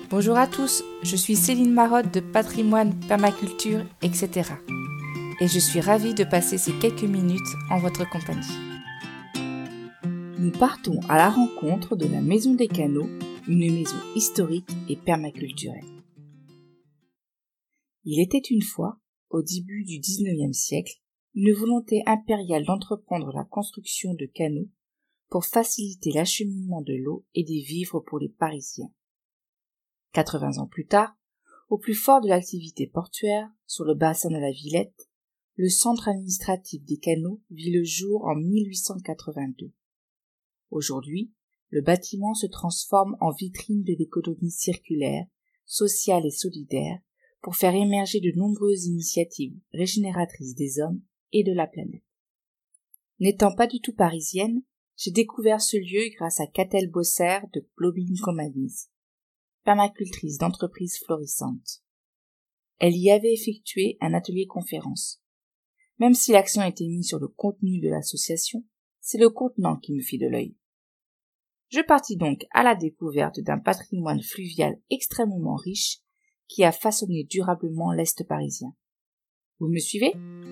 Bonjour à tous, je suis Céline Marotte de Patrimoine, Permaculture, etc. Et je suis ravie de passer ces quelques minutes en votre compagnie. Nous partons à la rencontre de la Maison des Canaux, une maison historique et permaculturelle. Il était une fois, au début du XIXe siècle, une volonté impériale d'entreprendre la construction de canaux pour faciliter l'acheminement de l'eau et des vivres pour les Parisiens. 80 ans plus tard, au plus fort de l'activité portuaire, sur le bassin de la Villette, le centre administratif des canaux vit le jour en 1882. Aujourd'hui, le bâtiment se transforme en vitrine de l'économie circulaire, sociale et solidaire pour faire émerger de nombreuses initiatives régénératrices des hommes et de la planète. N'étant pas du tout parisienne, j'ai découvert ce lieu grâce à Catel Bosser de Globin Companies, permacultrice d'entreprise florissante. Elle y avait effectué un atelier conférence. Même si l'accent était mis sur le contenu de l'association, c'est le contenant qui me fit de l'œil. Je partis donc à la découverte d'un patrimoine fluvial extrêmement riche qui a façonné durablement l'Est parisien. Vous me suivez ?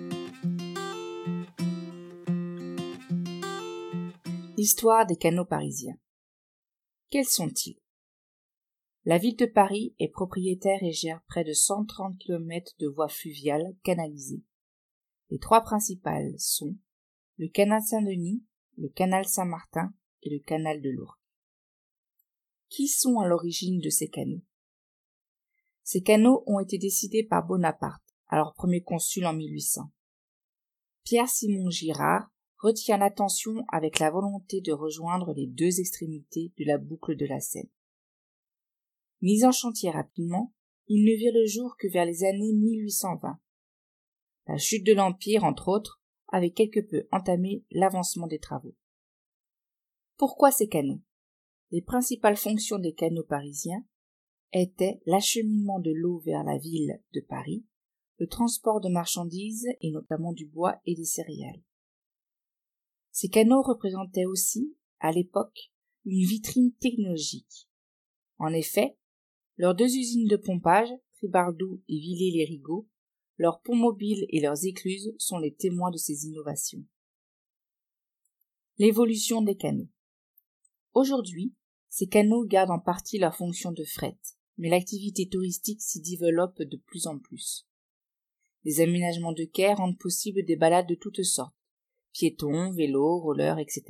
L'histoire des canaux parisiens. Quels sont-ils ? La ville de Paris est propriétaire et gère près de 130 km de voies fluviales canalisées. Les trois principales sont le canal Saint-Denis, le canal Saint-Martin et le canal de l'Ourcq. Qui sont à l'origine de ces canaux ? Ces canaux ont été décidés par Bonaparte, alors premier consul en 1800. Pierre-Simon Girard retient l'attention avec la volonté de rejoindre les deux extrémités de la boucle de la Seine. Mis en chantier rapidement, ils ne virent le jour que vers les années 1820. La chute de l'Empire, entre autres, avait quelque peu entamé l'avancement des travaux. Pourquoi ces canaux ? Les principales fonctions des canaux parisiens étaient l'acheminement de l'eau vers la ville de Paris, le transport de marchandises et notamment du bois et des céréales. Ces canaux représentaient aussi, à l'époque, une vitrine technologique. En effet, leurs deux usines de pompage, Tribardou et Villers-les-Rigaud, leurs ponts mobiles et leurs écluses sont les témoins de ces innovations. L'évolution des canaux. Aujourd'hui, ces canaux gardent en partie leur fonction de fret, mais l'activité touristique s'y développe de plus en plus. Des aménagements de quais rendent possible des balades de toutes sortes, piétons, vélos, rollers, etc.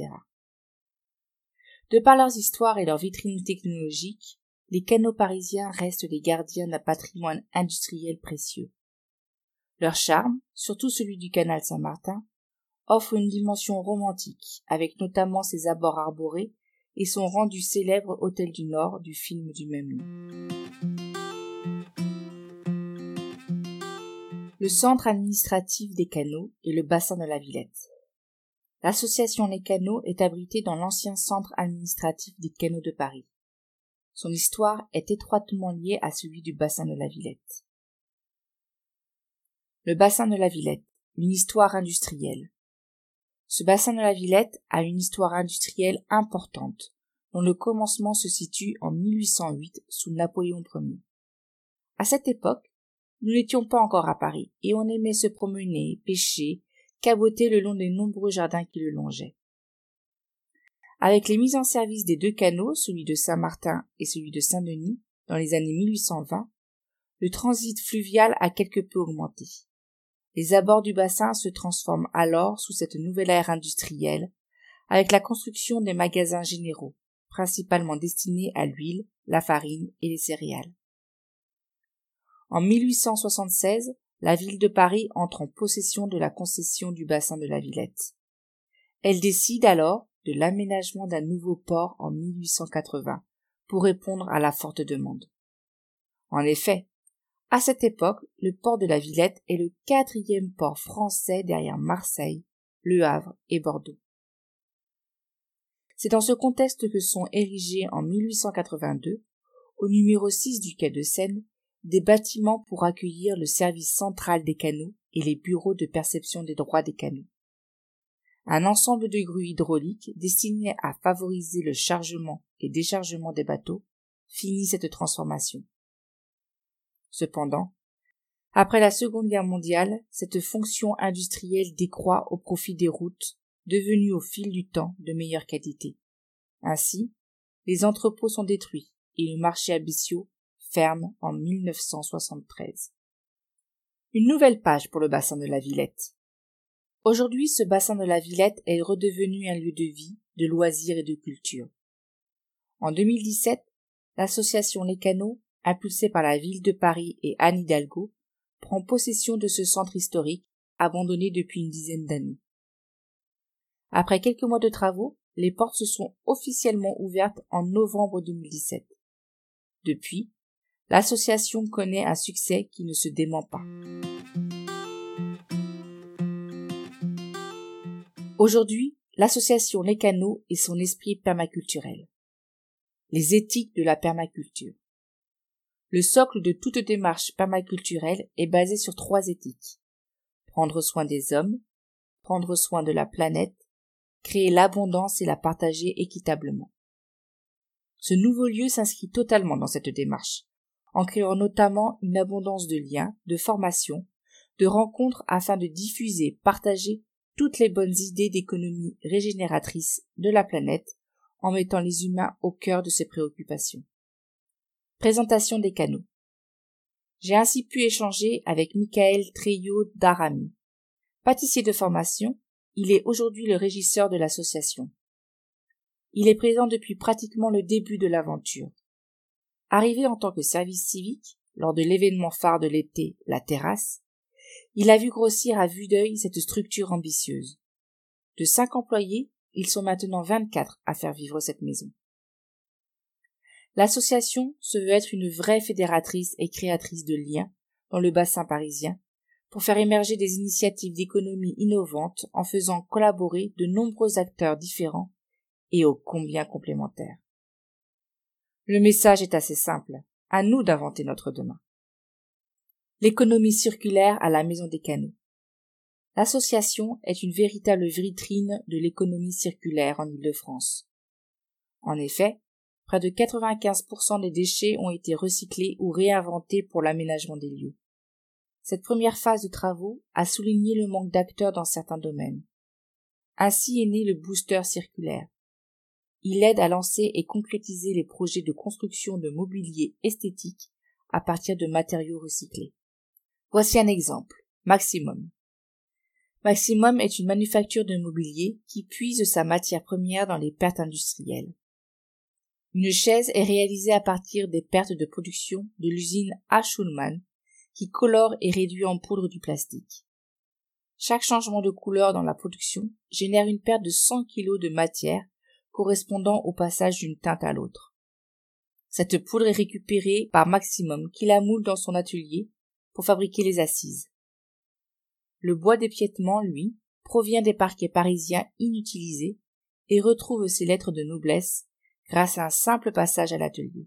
De par leurs histoires et leurs vitrines technologiques, les canaux parisiens restent les gardiens d'un patrimoine industriel précieux. Leur charme, surtout celui du canal Saint-Martin, offre une dimension romantique, avec notamment ses abords arborés et son rendu célèbre Hôtel du Nord du film du même nom. Le centre administratif des canaux est le bassin de la Villette. L'association Les Canaux est abritée dans l'ancien centre administratif des canaux de Paris. Son histoire est étroitement liée à celui du bassin de la Villette. Le bassin de la Villette, une histoire industrielle. Ce bassin de la Villette a une histoire industrielle importante, dont le commencement se situe en 1808 sous Napoléon Ier. À cette époque, nous n'étions pas encore à Paris et on aimait se promener, pêcher, caboter le long des nombreux jardins qui le longeaient. Avec les mises en service des deux canaux, celui de Saint-Martin et celui de Saint-Denis, dans les années 1820, le transit fluvial a quelque peu augmenté. Les abords du bassin se transforment alors sous cette nouvelle ère industrielle, avec la construction des magasins généraux, principalement destinés à l'huile, la farine et les céréales. En 1876, la ville de Paris entre en possession de la concession du bassin de la Villette. Elle décide alors de l'aménagement d'un nouveau port en 1880 pour répondre à la forte demande. En effet, à cette époque, le port de la Villette est le 4e port français derrière Marseille, Le Havre et Bordeaux. C'est dans ce contexte que sont érigés en 1882, au numéro 6 du quai de Seine, des bâtiments pour accueillir le service central des canaux et les bureaux de perception des droits des canaux. Un ensemble de grues hydrauliques destinées à favoriser le chargement et déchargement des bateaux finit cette transformation. Cependant, après la Seconde Guerre mondiale, cette fonction industrielle décroît au profit des routes, devenues au fil du temps de meilleure qualité. Ainsi, les entrepôts sont détruits et le marché à Bissau ferme en 1973. Une nouvelle page pour le bassin de la Villette. Aujourd'hui, ce bassin de la Villette est redevenu un lieu de vie, de loisirs et de culture. En 2017, l'association Les Canaux, impulsée par la ville de Paris et Anne Hidalgo, prend possession de ce centre historique, abandonné depuis une dizaine d'années. Après quelques mois de travaux, les portes se sont officiellement ouvertes en novembre 2017. Depuis, l'association connaît un succès qui ne se dément pas. Aujourd'hui, l'association Les Canaux est son esprit permaculturel. Les éthiques de la permaculture. Le socle de toute démarche permaculturelle est basé sur 3 éthiques. Prendre soin des hommes, prendre soin de la planète, créer l'abondance et la partager équitablement. Ce nouveau lieu s'inscrit totalement dans cette démarche, en créant notamment une abondance de liens, de formations, de rencontres afin de diffuser, partager toutes les bonnes idées d'économie régénératrice de la planète en mettant les humains au cœur de ses préoccupations. Présentation des canaux. J'ai ainsi pu échanger avec Michael Treillo d'Arami. Pâtissier de formation, il est aujourd'hui le régisseur de l'association. Il est présent depuis pratiquement le début de l'aventure. Arrivé en tant que service civique, lors de l'événement phare de l'été, la terrasse, il a vu grossir à vue d'œil cette structure ambitieuse. De 5 employés, ils sont maintenant 24 à faire vivre cette maison. L'association se veut être une vraie fédératrice et créatrice de liens dans le bassin parisien pour faire émerger des initiatives d'économie innovantes en faisant collaborer de nombreux acteurs différents et ô combien complémentaires. Le message est assez simple, à nous d'inventer notre demain. L'économie circulaire à la Maison des Canaux. L'association est une véritable vitrine de l'économie circulaire en Île-de-France. En effet, près de 95% des déchets ont été recyclés ou réinventés pour l'aménagement des lieux. Cette première phase de travaux a souligné le manque d'acteurs dans certains domaines. Ainsi est né le booster circulaire. Il aide à lancer et concrétiser les projets de construction de mobilier esthétique à partir de matériaux recyclés. Voici un exemple. Maximum. Maximum est une manufacture de mobilier qui puise sa matière première dans les pertes industrielles. Une chaise est réalisée à partir des pertes de production de l'usine A. Schulman, qui colore et réduit en poudre du plastique. Chaque changement de couleur dans la production génère une perte de 100 kg de matière correspondant au passage d'une teinte à l'autre. Cette poudre est récupérée par Maximum qui la moule dans son atelier pour fabriquer les assises. Le bois d'épiètement, lui, provient des parquets parisiens inutilisés et retrouve ses lettres de noblesse grâce à un simple passage à l'atelier.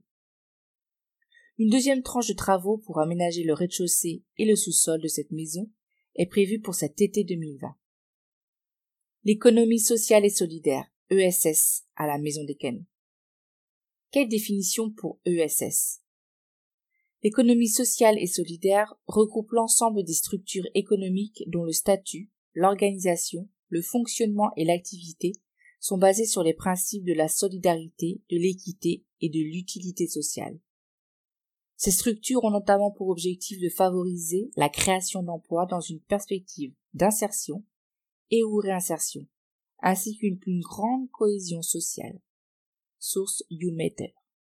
Une deuxième tranche de travaux pour aménager le rez-de-chaussée et le sous-sol de cette maison est prévue pour cet été 2020. L'économie sociale et solidaire, ESS, à la Maison des Canaux. Quelle définition pour ESS? L'économie sociale et solidaire regroupe l'ensemble des structures économiques dont le statut, l'organisation, le fonctionnement et l'activité sont basés sur les principes de la solidarité, de l'équité et de l'utilité sociale. Ces structures ont notamment pour objectif de favoriser la création d'emplois dans une perspective d'insertion et ou réinsertion, ainsi qu'une plus grande cohésion sociale. Source YouMeter.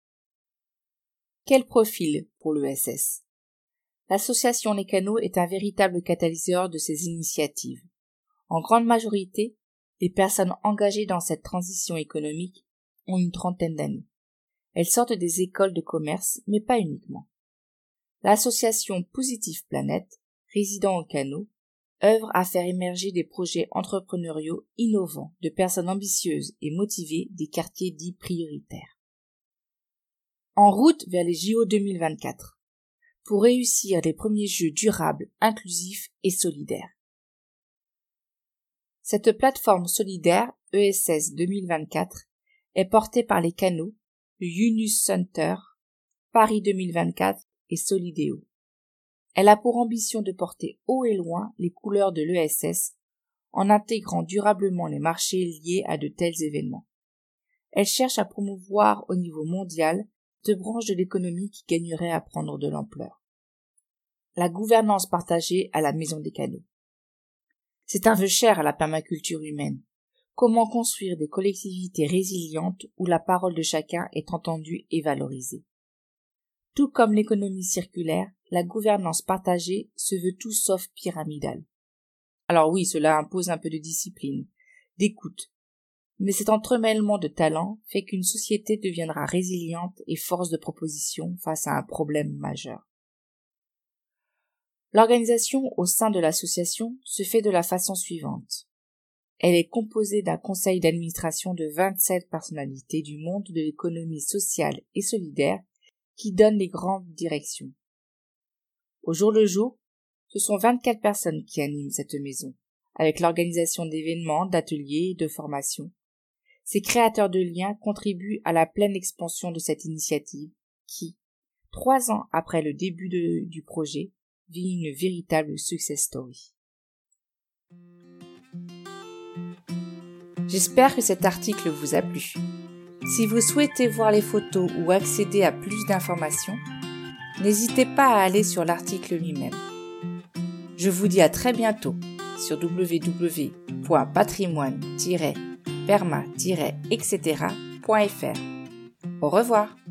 Quel profil pour l'ESS? L'association Les Canaux est un véritable catalyseur de ces initiatives. En grande majorité, les personnes engagées dans cette transition économique ont une trentaine d'années. Elles sortent des écoles de commerce, mais pas uniquement. L'association Positive Planète, résidant aux Canaux, œuvre à faire émerger des projets entrepreneuriaux innovants de personnes ambitieuses et motivées des quartiers dits prioritaires. En route vers les JO 2024, pour réussir les premiers Jeux durables, inclusifs et solidaires. Cette plateforme solidaire, ESS 2024, est portée par les Canaux, le Yunus Center Paris 2024 et Solideo. Elle a pour ambition de porter haut et loin les couleurs de l'ESS en intégrant durablement les marchés liés à de tels événements. Elle cherche à promouvoir au niveau mondial deux branches de l'économie qui gagneraient à prendre de l'ampleur. La gouvernance partagée à la Maison des Canaux. C'est un vœu cher à la permaculture humaine. Comment construire des collectivités résilientes où la parole de chacun est entendue et valorisée. Tout comme l'économie circulaire, la gouvernance partagée se veut tout sauf pyramidale. Alors oui, cela impose un peu de discipline, d'écoute, mais cet entremêlement de talents fait qu'une société deviendra résiliente et force de proposition face à un problème majeur. L'organisation au sein de l'association se fait de la façon suivante. Elle est composée d'un conseil d'administration de 27 personnalités du monde de l'économie sociale et solidaire qui donne les grandes directions. Au jour le jour, ce sont 24 personnes qui animent cette maison, avec l'organisation d'événements, d'ateliers et de formations. Ces créateurs de liens contribuent à la pleine expansion de cette initiative qui, 3 ans après le début du projet, vit une véritable success story. J'espère que cet article vous a plu. Si vous souhaitez voir les photos ou accéder à plus d'informations, n'hésitez pas à aller sur l'article lui-même. Je vous dis à très bientôt sur www.patrimoine-perma-etc.fr. Au revoir.